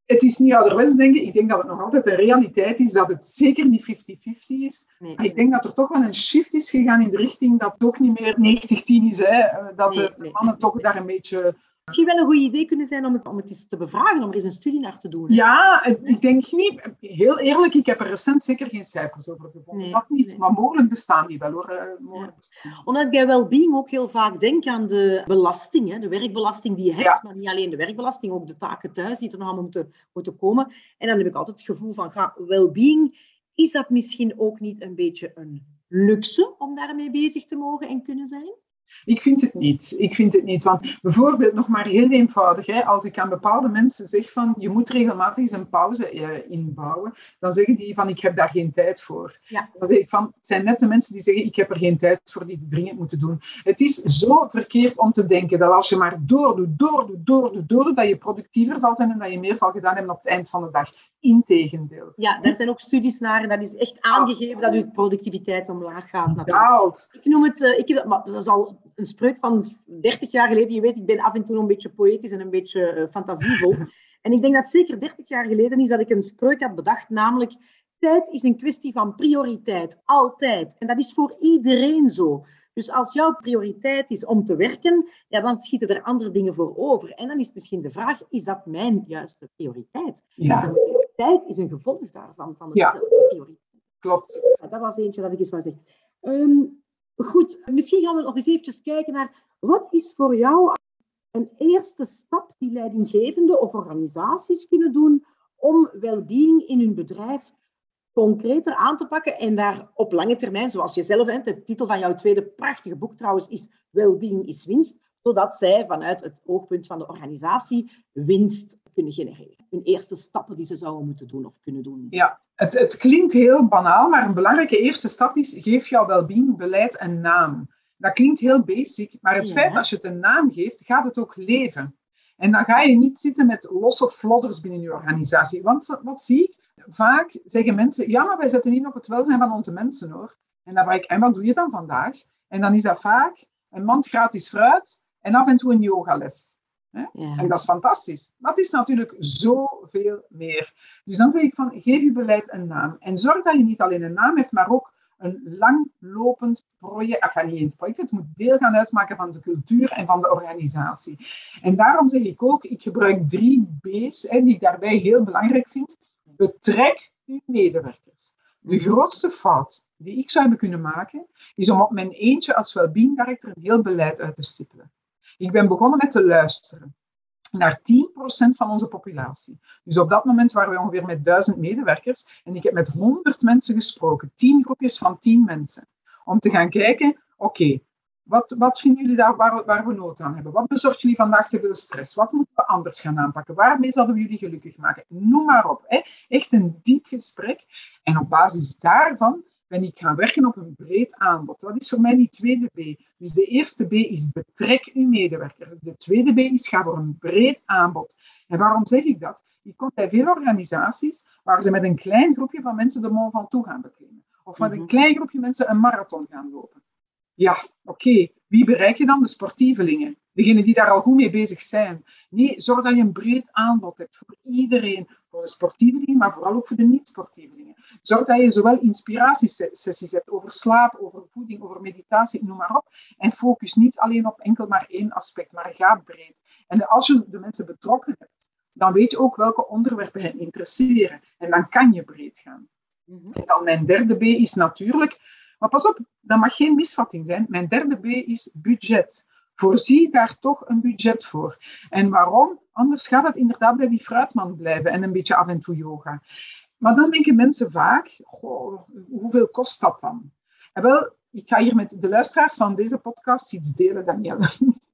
Het is niet ouderwets denken. Ik denk dat het nog altijd een realiteit is dat het zeker niet vijftig vijftig is. Nee. Maar ik denk dat er toch wel een shift is gegaan in de richting dat het ook niet meer negentig tien is. Hè? Dat nee, de nee, mannen nee, toch nee. daar een beetje... Misschien wel een goed idee kunnen zijn om het, om het eens te bevragen, om er eens een studie naar te doen. Hè? Ja, ik denk niet... Heel eerlijk, ik heb er recent zeker geen cijfers over gevonden. Nee, dat niet, nee. Maar mogelijk bestaan die wel hoor. Mogelijk ja. bestaan. Omdat ik bij well-being ook heel vaak denk aan de belasting, hè? De werkbelasting die je hebt, ja. Maar niet alleen de werkbelasting, ook de taken thuis die er nog allemaal moeten, moeten komen. En dan heb ik altijd het gevoel van, ga, well-being, is dat misschien ook niet een beetje een luxe om daarmee bezig te mogen en kunnen zijn? Ik vind het niet. Ik vind het niet. Want bijvoorbeeld, nog maar heel eenvoudig, hè, als ik aan bepaalde mensen zeg van je moet regelmatig eens een pauze eh, inbouwen, dan zeggen die van ik heb daar geen tijd voor. Ja. Dan zeg ik van, het zijn net de mensen die zeggen ik heb er geen tijd voor, die het dringend moeten doen. Het is zo verkeerd om te denken dat als je maar doordoet, doordoet, doordoet, doordoet, dat je productiever zal zijn en dat je meer zal gedaan hebben op het eind van de dag. Integendeel. Ja, daar zijn ook studies naar en dat is echt aangegeven dat je productiviteit omlaag gaat. Daalt. Ik noem het, uh, ik heb, maar dat is al een spreuk van dertig jaar geleden. Je weet, ik ben af en toe een beetje poëtisch en een beetje uh, fantasievol. En ik denk dat zeker dertig jaar geleden is dat ik een spreuk had bedacht, namelijk tijd is een kwestie van prioriteit, altijd. En dat is voor iedereen zo. Dus als jouw prioriteit is om te werken, ja, dan schieten er andere dingen voor over. En dan is misschien de vraag, is dat mijn juiste prioriteit? Ja. Dus tijd is een gevolg daarvan, van de ja. prioriteit. Klopt. Ja, dat was eentje dat ik eens wou zeggen. Um, goed, misschien gaan we nog eens eventjes kijken naar, wat is voor jou een eerste stap die leidinggevenden of organisaties kunnen doen om well-being in hun bedrijf concreter aan te pakken en daar op lange termijn, zoals je zelf bent, de titel van jouw tweede prachtige boek trouwens is Well-being is winst, zodat zij vanuit het oogpunt van de organisatie winst kunnen genereren. Hun eerste stappen die ze zouden moeten doen of kunnen doen. Ja, het, het klinkt heel banaal, maar een belangrijke eerste stap is, geef jouw well-being beleid een naam. Dat klinkt heel basic, maar het ja. feit als je het een naam geeft, gaat het ook leven. En dan ga je niet zitten met losse flodders binnen je organisatie. Want wat zie ik? Vaak zeggen mensen, ja, maar wij zetten in op het welzijn van onze mensen, hoor. En dan vraag ik, en wat doe je dan vandaag? En dan is dat vaak een mand gratis fruit en af en toe een yogales. Ja. En dat is fantastisch. Maar het is natuurlijk zoveel meer. Dus dan zeg ik van, geef je beleid een naam. En zorg dat je niet alleen een naam hebt, maar ook een langlopend project. Enfin, niet eens project. Het moet deel gaan uitmaken van de cultuur en van de organisatie. En daarom zeg ik ook, ik gebruik drie B's, hè, die ik daarbij heel belangrijk vind. Betrek uw medewerkers. De grootste fout die ik zou hebben kunnen maken, is om op mijn eentje als well-being director een heel beleid uit te stippelen. Ik ben begonnen met te luisteren naar tien procent van onze populatie. Dus op dat moment waren we ongeveer met duizend medewerkers en ik heb met honderd mensen gesproken, tien groepjes van tien mensen, om te gaan kijken, oké, okay, wat, wat vinden jullie daar waar, waar we nood aan hebben? Wat bezorgt jullie vandaag te veel stress? Wat moeten we anders gaan aanpakken? Waarmee zouden we jullie gelukkig maken? Noem maar op. Hè? Echt een diep gesprek. En op basis daarvan ben ik gaan werken op een breed aanbod. Dat is voor mij die tweede B. Dus de eerste B is betrek uw medewerkers. De tweede B is ga voor een breed aanbod. En waarom zeg ik dat? Ik kom bij veel organisaties waar ze met een klein groepje van mensen de Mont Ventoux gaan beklimmen. Of met een klein groepje mensen een marathon gaan lopen. Ja, oké. Okay. Wie bereik je dan? De sportievelingen. Degenen die daar al goed mee bezig zijn. Nee, zorg dat je een breed aanbod hebt voor iedereen. Voor de sportievelingen, maar vooral ook voor de niet-sportievelingen. Zorg dat je zowel inspiratiesessies hebt over slaap, over voeding, over meditatie, noem maar op. En focus niet alleen op enkel maar één aspect, maar ga breed. En als je de mensen betrokken hebt, dan weet je ook welke onderwerpen hen interesseren. En dan kan je breed gaan. Mm-hmm. En dan mijn derde B is natuurlijk... Maar pas op, dat mag geen misvatting zijn. Mijn derde B is budget. Voorzie daar toch een budget voor. En waarom? Anders gaat het inderdaad bij die fruitman blijven en een beetje af en toe yoga. Maar dan denken mensen vaak, goh, hoeveel kost dat dan? En wel, ik ga hier met de luisteraars van deze podcast iets delen, Danielle.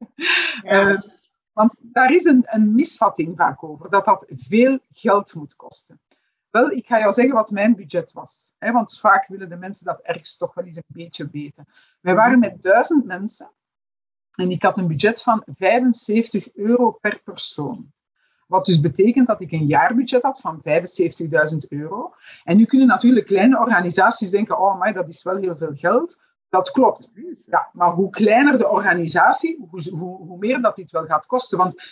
Ja. Uh, want daar is een, een misvatting vaak over, dat dat veel geld moet kosten. Wel, ik ga jou zeggen wat mijn budget was. Hè, want vaak willen de mensen dat ergens toch wel eens een beetje weten. Wij waren met duizend mensen en ik had een budget van vijfenzeventig euro per persoon. Wat dus betekent dat ik een jaarbudget had van vijfenzeventigduizend euro. En nu kunnen natuurlijk kleine organisaties denken, oh maar dat is wel heel veel geld. Dat klopt. Ja, maar hoe kleiner de organisatie, hoe, hoe, hoe meer dat dit wel gaat kosten. Want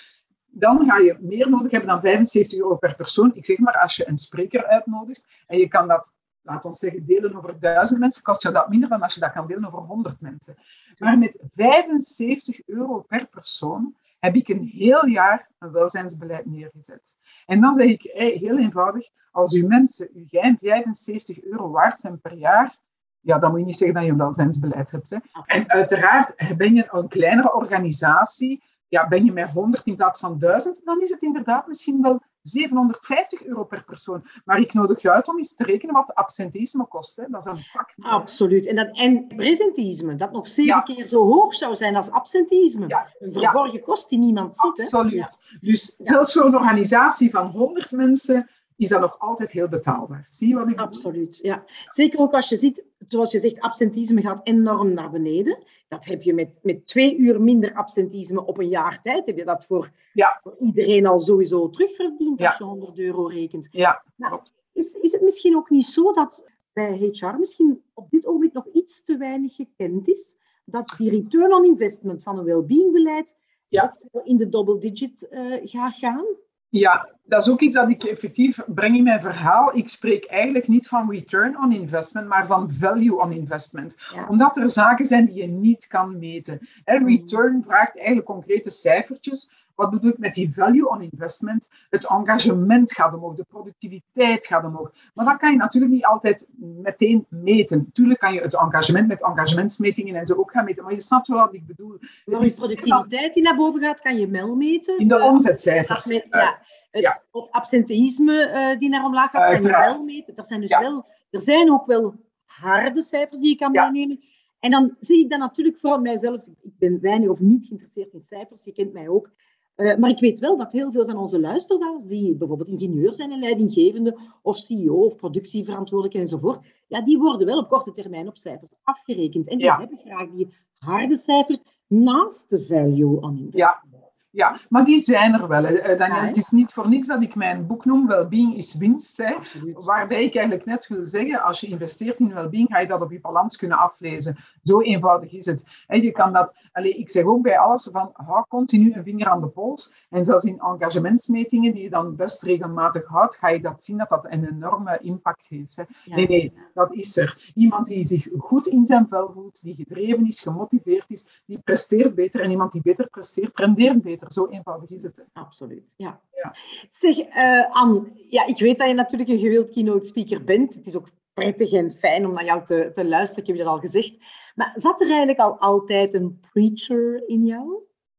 dan ga je meer nodig hebben dan vijfenzeventig euro per persoon. Ik zeg maar, als je een spreker uitnodigt en je kan dat, laat ons zeggen, delen over duizend mensen, kost je dat minder dan als je dat kan delen over honderd mensen. Maar met vijfenzeventig euro per persoon heb ik een heel jaar een welzijnsbeleid neergezet. En dan zeg ik heel eenvoudig, als uw mensen uw geheim vijfenzeventig euro waard zijn per jaar, ja, dan moet je niet zeggen dat je een welzijnsbeleid hebt. Hè. En uiteraard ben je een kleinere organisatie, ja, ben je met honderd in plaats van duizend, dan is het inderdaad misschien wel zevenhonderdvijftig euro per persoon. Maar ik nodig je uit om eens te rekenen wat absenteïsme kost. Hè. Dat is een pak. Absoluut. En, dat, en presenteïsme, dat nog zeven ja. keer zo hoog zou zijn als absenteïsme. Ja. Een verborgen ja. kost die niemand ziet. Absoluut. Hè. Ja. Dus ja. zelfs voor een organisatie van honderd mensen is dat nog altijd heel betaalbaar. Zie je wat ik bedoel? Absoluut, ja. Zeker ook als je ziet, zoals je zegt, absenteïsme gaat enorm naar beneden. Dat heb je met, met twee uur minder absenteïsme op een jaar tijd. Heb je dat voor, ja. voor iedereen al sowieso terugverdiend ja. als je honderd euro rekent. Ja, nou, is, is het misschien ook niet zo dat bij H R misschien op dit ogenblik nog iets te weinig gekend is? Dat die return on investment van een well-being beleid ja. in de double digit uh, gaat gaan? Ja, dat is ook iets dat ik effectief breng in mijn verhaal. Ik spreek eigenlijk niet van return on investment, maar van value on investment. Ja. Omdat er zaken zijn die je niet kan meten. En return vraagt eigenlijk concrete cijfertjes. Wat bedoel ik met die value on investment? Het engagement gaat omhoog, de productiviteit gaat omhoog. Maar dat kan je natuurlijk niet altijd meteen meten. Tuurlijk kan je het engagement met engagementsmetingen en zo ook gaan meten, maar je snapt wel wat ik bedoel. Maar de productiviteit die naar boven gaat, kan je wel meten. In de, de omzetcijfers. Met, ja, het ja. absenteïsme uh, die naar omlaag gaat, kan je wel meten. Er zijn, dus ja. wel, er zijn ook wel harde cijfers die je kan ja. meenemen. En dan zie ik dat natuurlijk vooral mijzelf. Ik ben weinig of niet geïnteresseerd in cijfers, je kent mij ook. Uh, maar ik weet wel dat heel veel van onze luisteraars, die bijvoorbeeld ingenieur zijn en leidinggevende, of C E O of productieverantwoordelijke enzovoort, ja, die worden wel op korte termijn op cijfers afgerekend. En die ja. hebben graag die harde cijfer naast de value on investment. Ja. Ja, maar die zijn er wel. Hè. Daniel, ja, het is niet voor niks dat ik mijn boek noem Wellbeing is winst. Hè. Waarbij ik eigenlijk net wil zeggen, als je investeert in wellbeing, ga je dat op je balans kunnen aflezen. Zo eenvoudig is het. En je kan dat, allez, ik zeg ook bij alles van, hou continu een vinger aan de pols. En zelfs in engagementsmetingen, die je dan best regelmatig houdt, ga je dat zien dat dat een enorme impact heeft. Hè. Ja. Nee, nee, dat is er. Iemand die zich goed in zijn vel voelt, die gedreven is, gemotiveerd is, die presteert beter. En iemand die beter presteert, rendeert beter. Zo eenvoudig is het. Hè. Absoluut, ja. ja. Zeg, uh, Anne, ja, ik weet dat je natuurlijk een gewild keynote speaker bent. Het is ook prettig en fijn om naar jou te, te luisteren, ik heb je dat al gezegd. Maar zat er eigenlijk al altijd een preacher in jou?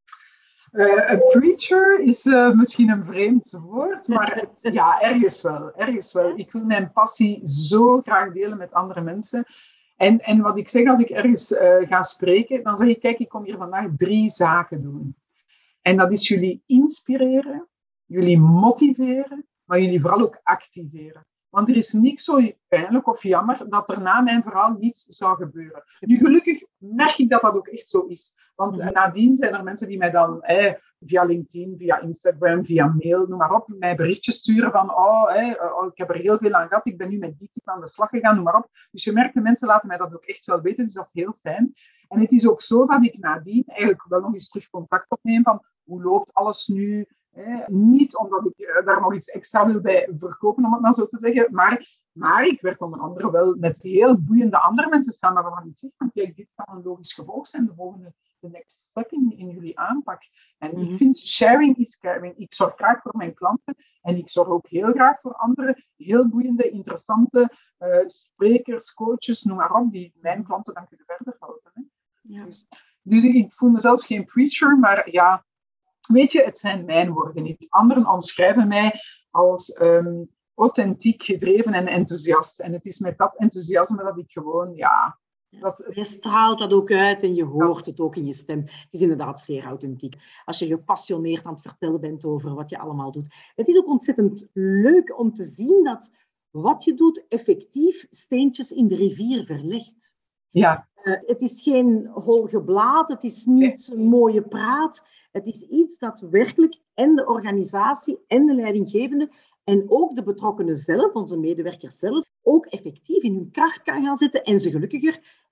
Uh, een preacher is uh, misschien een vreemd woord, maar het, ja, ergens wel, ergens wel. Ik wil mijn passie zo graag delen met andere mensen. En, en wat ik zeg als ik ergens uh, ga spreken, dan zeg ik, kijk, ik kom hier vandaag drie zaken doen. En dat is jullie inspireren, jullie motiveren, maar jullie vooral ook activeren. Want er is niks zo pijnlijk of jammer dat er na mijn verhaal niets zou gebeuren. Nu, gelukkig merk ik dat dat ook echt zo is. Want mm-hmm. nadien zijn er mensen die mij dan eh, via LinkedIn, via Instagram, via mail, noem maar op, mij berichtjes sturen van oh, eh, oh, ik heb er heel veel aan gehad, ik ben nu met die type aan de slag gegaan, noem maar op. Dus je merkt, de mensen laten mij dat ook echt wel weten, dus dat is heel fijn. En het is ook zo dat ik nadien eigenlijk wel nog eens terug contact opneem van hoe loopt alles nu? Eh, niet omdat ik uh, daar nog iets extra wil bij verkopen, om het maar zo te zeggen, maar, maar ik werk onder andere wel met heel boeiende andere mensen samen waarvan ik zeg van kijk, dit kan een logisch gevolg zijn, de volgende, de next step in, in jullie aanpak. En mm-hmm. ik vind sharing is caring. Ik zorg graag voor mijn klanten en ik zorg ook heel graag voor andere heel boeiende, interessante uh, sprekers, coaches, noem maar op, die mijn klanten dan kunnen verder helpen. Hè. Ja. Dus, dus ik voel mezelf geen preacher, maar ja, weet je, het zijn mijn woorden niet. Anderen omschrijven mij als um, authentiek, gedreven en enthousiast. En het is met dat enthousiasme dat ik gewoon, ja... Dat, je straalt dat ook uit en je hoort het ook in je stem. Het is inderdaad zeer authentiek. Als je gepassioneerd aan het vertellen bent over wat je allemaal doet. Het is ook ontzettend leuk om te zien dat wat je doet effectief steentjes in de rivier verlegt. Ja. Uh, het is geen hol geblaad, het is niet een mooie praat. Het is iets dat werkelijk en de organisatie en de leidinggevende en ook de betrokkenen zelf, onze medewerkers zelf, ook effectief in hun kracht kan gaan zetten en ze gelukkiger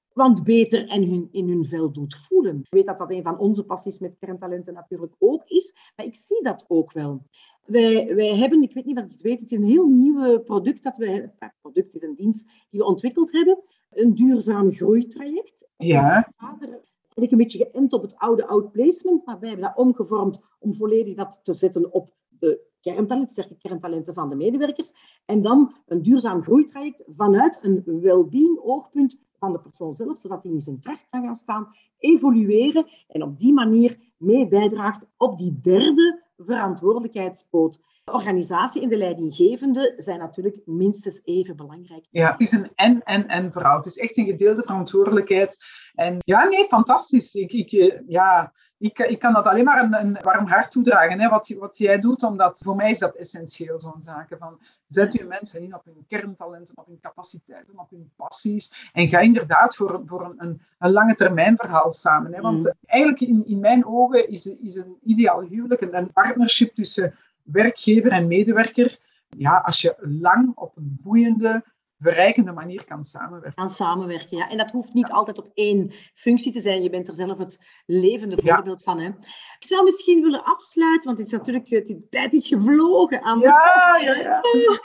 want beter en hun, in hun vel doet voelen. Ik weet dat dat een van onze passies met kerntalenten natuurlijk ook is, maar ik zie dat ook wel. Wij, wij hebben, ik weet niet of je het weet, het is een heel nieuw product dat we, enfin, product is een dienst die we ontwikkeld hebben, een duurzaam groeitraject. Ja. Eigenlijk een beetje geënt op het oude outplacement, maar wij hebben dat omgevormd om volledig dat te zetten op de kerntalenten, sterke kerntalenten van de medewerkers. En dan een duurzaam groeitraject vanuit een well-being oogpunt van de persoon zelf, zodat hij in zijn kracht kan gaan staan, evolueren en op die manier mee bijdraagt op die derde verantwoordelijkheidspoot. De organisatie en de leidinggevende zijn natuurlijk minstens even belangrijk. Ja, het is een en-en-en verhaal. Het is echt een gedeelde verantwoordelijkheid. En ja, nee, fantastisch. Ik, ik, ja, ik, ik kan dat alleen maar een, een warm hart toedragen, hè, wat, wat jij doet, omdat voor mij is dat essentieel, zo'n zaken. Van, zet je mensen in op hun kerntalenten, op hun capaciteiten, op hun passies. En ga inderdaad voor, voor een, een, een lange termijn verhaal samen. Hè. Want mm. eigenlijk in, in mijn ogen is, is een ideaal huwelijk een, een partnership tussen werkgever en medewerker, ja, als je lang op een boeiende, verrijkende manier kan samenwerken. Kan samenwerken, ja. En dat hoeft niet ja. altijd op één functie te zijn. Je bent er zelf het levende voorbeeld ja. van. Hè. Ik zou misschien willen afsluiten, want het is natuurlijk, de tijd is gevlogen. Aan ja, ja, ja.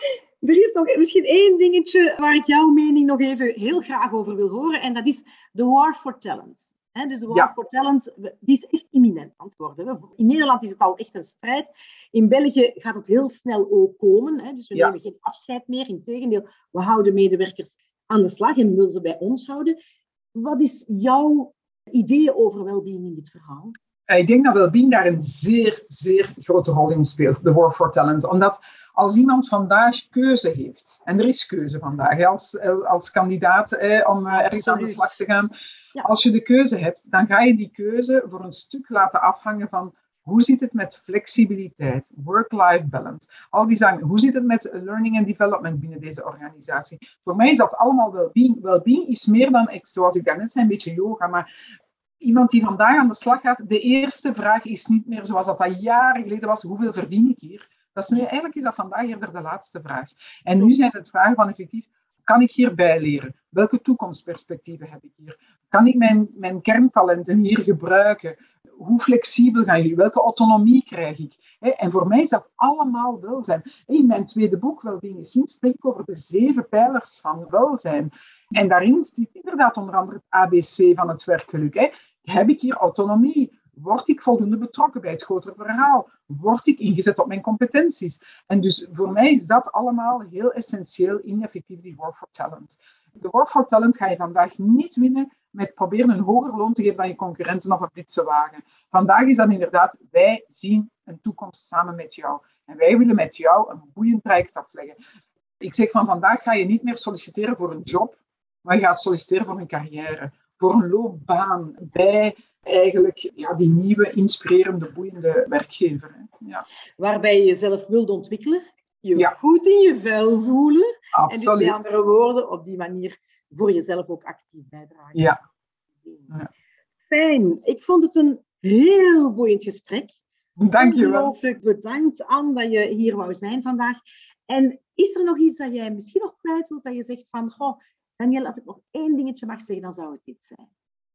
Er is nog misschien één dingetje waar ik jouw mening nog even heel graag over wil horen. En dat is de War for Talent. He, dus de War ja. for Talent, die is echt imminent aan het worden. In Nederland is het al echt een strijd. In België gaat het heel snel ook komen. He, dus we ja. nemen geen afscheid meer. Integendeel, we houden medewerkers aan de slag en willen ze bij ons houden. Wat is jouw idee over wellbeing in dit verhaal? Ik denk dat wellbeing daar een zeer, zeer grote rol in speelt, de War for Talent. Omdat als iemand vandaag keuze heeft, en er is keuze vandaag hè, als, als kandidaat hè, om uh, ergens aan de slag te gaan. Ja. Als je de keuze hebt, dan ga je die keuze voor een stuk laten afhangen van hoe zit het met flexibiliteit, work-life balance, al die zaken. Hoe zit het met learning and development binnen deze organisatie? Voor mij is dat allemaal wellbeing. Wellbeing is meer dan, zoals ik daarnet zei, een beetje yoga, maar iemand die vandaag aan de slag gaat, de eerste vraag is niet meer zoals dat, dat jaren geleden was, hoeveel verdien ik hier? Dat is nu, eigenlijk is dat vandaag eerder de laatste vraag. En nu zijn het vragen van effectief, kan ik hierbij leren? Welke toekomstperspectieven heb ik hier? Kan ik mijn, mijn kerntalenten hier gebruiken? Hoe flexibel gaan jullie? Welke autonomie krijg ik? En voor mij is dat allemaal welzijn. In mijn tweede boek, Wellbeing is Slim, spreek ik over de zeven pijlers van welzijn. En daarin zit inderdaad onder andere het A B C van het werkgeluk. Heb ik hier autonomie? Word ik voldoende betrokken bij het grotere verhaal? Word ik ingezet op mijn competenties? En dus voor mij is dat allemaal heel essentieel in effectief die War for Talent. De War for Talent ga je vandaag niet winnen met proberen een hoger loon te geven dan je concurrenten of een blitzenwagen. Vandaag is dat inderdaad, wij zien een toekomst samen met jou. En wij willen met jou een boeiend traject afleggen. Ik zeg van vandaag ga je niet meer solliciteren voor een job, maar je gaat solliciteren voor een carrière, voor een loopbaan bij eigenlijk ja, die nieuwe, inspirerende, boeiende werkgever. Hè. Ja. Waarbij je jezelf wilt ontwikkelen, je ja. goed in je vel voelen. Absoluut. En dus met andere woorden, op die manier voor jezelf ook actief bijdragen. Ja. Ja. Fijn. Ik vond het een heel boeiend gesprek. Dank je wel. Ongelooflijk bedankt, Anne, dat je hier wou zijn vandaag. En is er nog iets dat jij misschien nog kwijt wilt, dat je zegt van, goh, Danielle, als ik nog één dingetje mag zeggen, dan zou het dit zijn.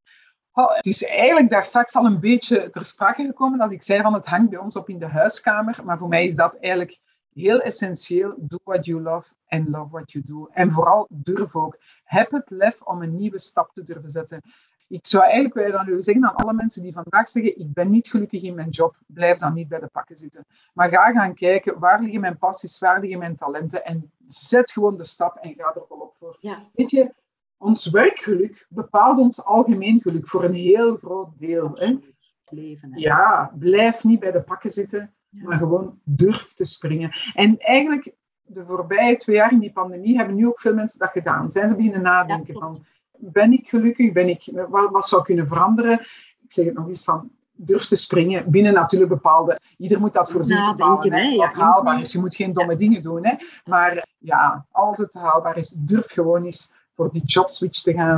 Oh, het is eigenlijk daar straks al een beetje ter sprake gekomen dat ik zei van het hangt bij ons op in de huiskamer, maar voor mij is dat eigenlijk heel essentieel. Do what you love and love what you do. En vooral durf ook. Heb het lef om een nieuwe stap te durven zetten. Ik zou eigenlijk willen dan zeggen aan alle mensen die vandaag zeggen ik ben niet gelukkig in mijn job, blijf dan niet bij de pakken zitten. Maar ga gaan kijken, waar liggen mijn passies, waar liggen mijn talenten en zet gewoon de stap en ga er volop voor. Ja. Weet je, ons werkgeluk bepaalt ons algemeen geluk voor een heel groot deel. Hè? Leven, hè? Ja, blijf niet bij de pakken zitten, ja. maar gewoon durf te springen. En eigenlijk, de voorbije twee jaar in die pandemie, hebben nu ook veel mensen dat gedaan. Zijn ze beginnen nadenken ja, van, ben ik gelukkig? Ben ik, wat, wat zou kunnen veranderen? Ik zeg het nog eens van, durf te springen. Binnen natuurlijk bepaalde, ieder moet dat voor zich bepalen, hè, wat ja, haalbaar is. Je moet geen domme ja. dingen doen. Hè. Maar ja, als het haalbaar is, durf gewoon eens voor die jobswitch te gaan.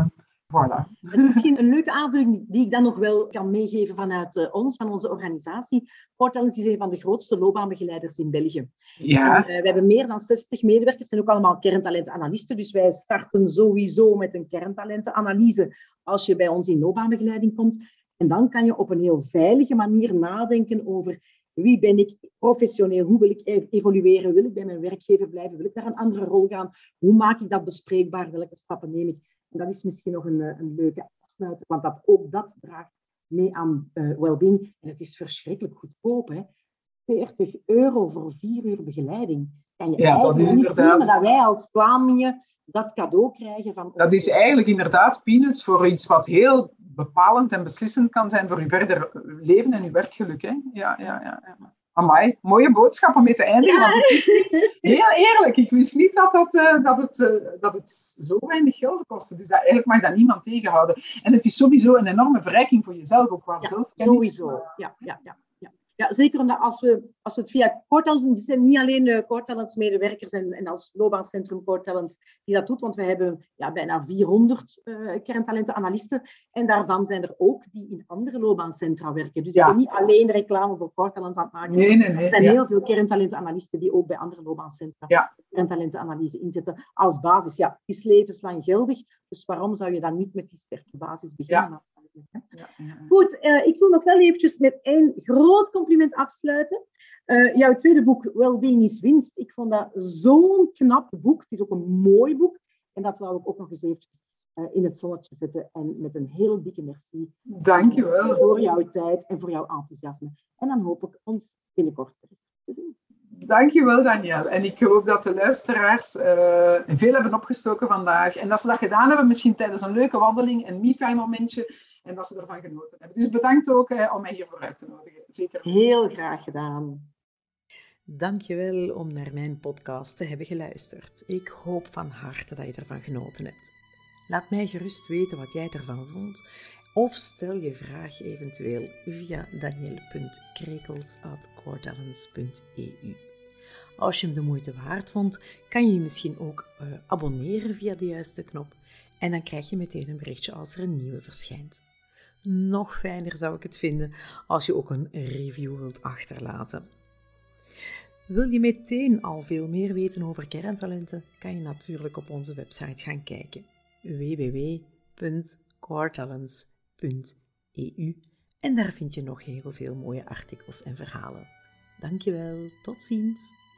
Voilà. Dat is misschien een leuke aanvulling die ik dan nog wel kan meegeven vanuit uh, ons, van onze organisatie. Core Talents is een van de grootste loopbaanbegeleiders in België. Ja. En, uh, we hebben meer dan zestig medewerkers, zijn ook allemaal kerntalentenanalisten. Dus wij starten sowieso met een kerntalentenanalyse als je bij ons in loopbaanbegeleiding komt. En dan kan je op een heel veilige manier nadenken over wie ben ik professioneel, hoe wil ik evolueren, wil ik bij mijn werkgever blijven, wil ik naar een andere rol gaan, hoe maak ik dat bespreekbaar, welke stappen neem ik. En dat is misschien nog een, een leuke afsluiter, want dat, ook dat draagt mee aan uh, well-being. En het is verschrikkelijk goedkoop, hè. veertig euro voor vier uur begeleiding. Kan je ja, dat is niet inderdaad... vinden dat wij als Vlamingen dat cadeau krijgen van... Dat is eigenlijk inderdaad peanuts voor iets wat heel bepalend en beslissend kan zijn voor je verder leven en je werkgeluk. Hè? Ja, ja, ja, ja. Amai, mooie boodschap om mee te eindigen. Want ik wist niet, heel eerlijk, ik wist niet dat, dat, uh, dat, het, uh, dat het zo weinig geld kostte. Dus dat, eigenlijk mag dat niemand tegenhouden. En het is sowieso een enorme verrijking voor jezelf, ook qua ja, zelfkennis. Sowieso, ja, ja, ja. Ja, zeker omdat als we, als we het via Core Talents, het zijn niet alleen uh, Core Talents medewerkers en, en als loopbaancentrum Core Talents die dat doet, want we hebben ja, bijna vierhonderd uh, kerntalentenanalisten en daarvan zijn er ook die in andere loopbaancentra werken. Dus ja. Ik ben niet alleen reclame voor Core Talents aan het maken. Nee, nee, nee, er zijn ja. heel veel kerntalentenanalisten die ook bij andere loopbaancentra ja. kerntalentenanalyse inzetten als basis. Ja, het is levenslang geldig, dus waarom zou je dan niet met die sterke basis beginnen? Ja. Ja, ja, ja. Goed, uh, ik wil nog wel eventjes met één groot compliment afsluiten. Uh, jouw tweede boek, Wellbeing is winst. Ik vond dat zo'n knap boek. Het is ook een mooi boek. En dat wou ik ook nog eens eventjes uh, in het zonnetje zetten. En met een heel dikke merci. Dank je wel. Voor jouw tijd en voor jouw enthousiasme. En dan hoop ik ons binnenkort terug te zien. Dank je wel, Danielle. En ik hoop dat de luisteraars uh, veel hebben opgestoken vandaag. En dat ze dat gedaan hebben, misschien tijdens een leuke wandeling, een me-time momentje. En dat ze ervan genoten hebben. Dus bedankt ook eh, om mij hiervoor uit te nodigen. Zeker. Heel graag gedaan. Dankjewel om naar mijn podcast te hebben geluisterd. Ik hoop van harte dat je ervan genoten hebt. Laat mij gerust weten wat jij ervan vond. Of stel je vraag eventueel via danielle punt krekels at coretalents punt e u. Als je hem de moeite waard vond, kan je je misschien ook uh, abonneren via de juiste knop. En dan krijg je meteen een berichtje als er een nieuwe verschijnt. Nog fijner zou ik het vinden als je ook een review wilt achterlaten. Wil je meteen al veel meer weten over kerntalenten, kan je natuurlijk op onze website gaan kijken. w w w punt coretalents punt e u en daar vind je nog heel veel mooie artikels en verhalen. Dankjewel, tot ziens!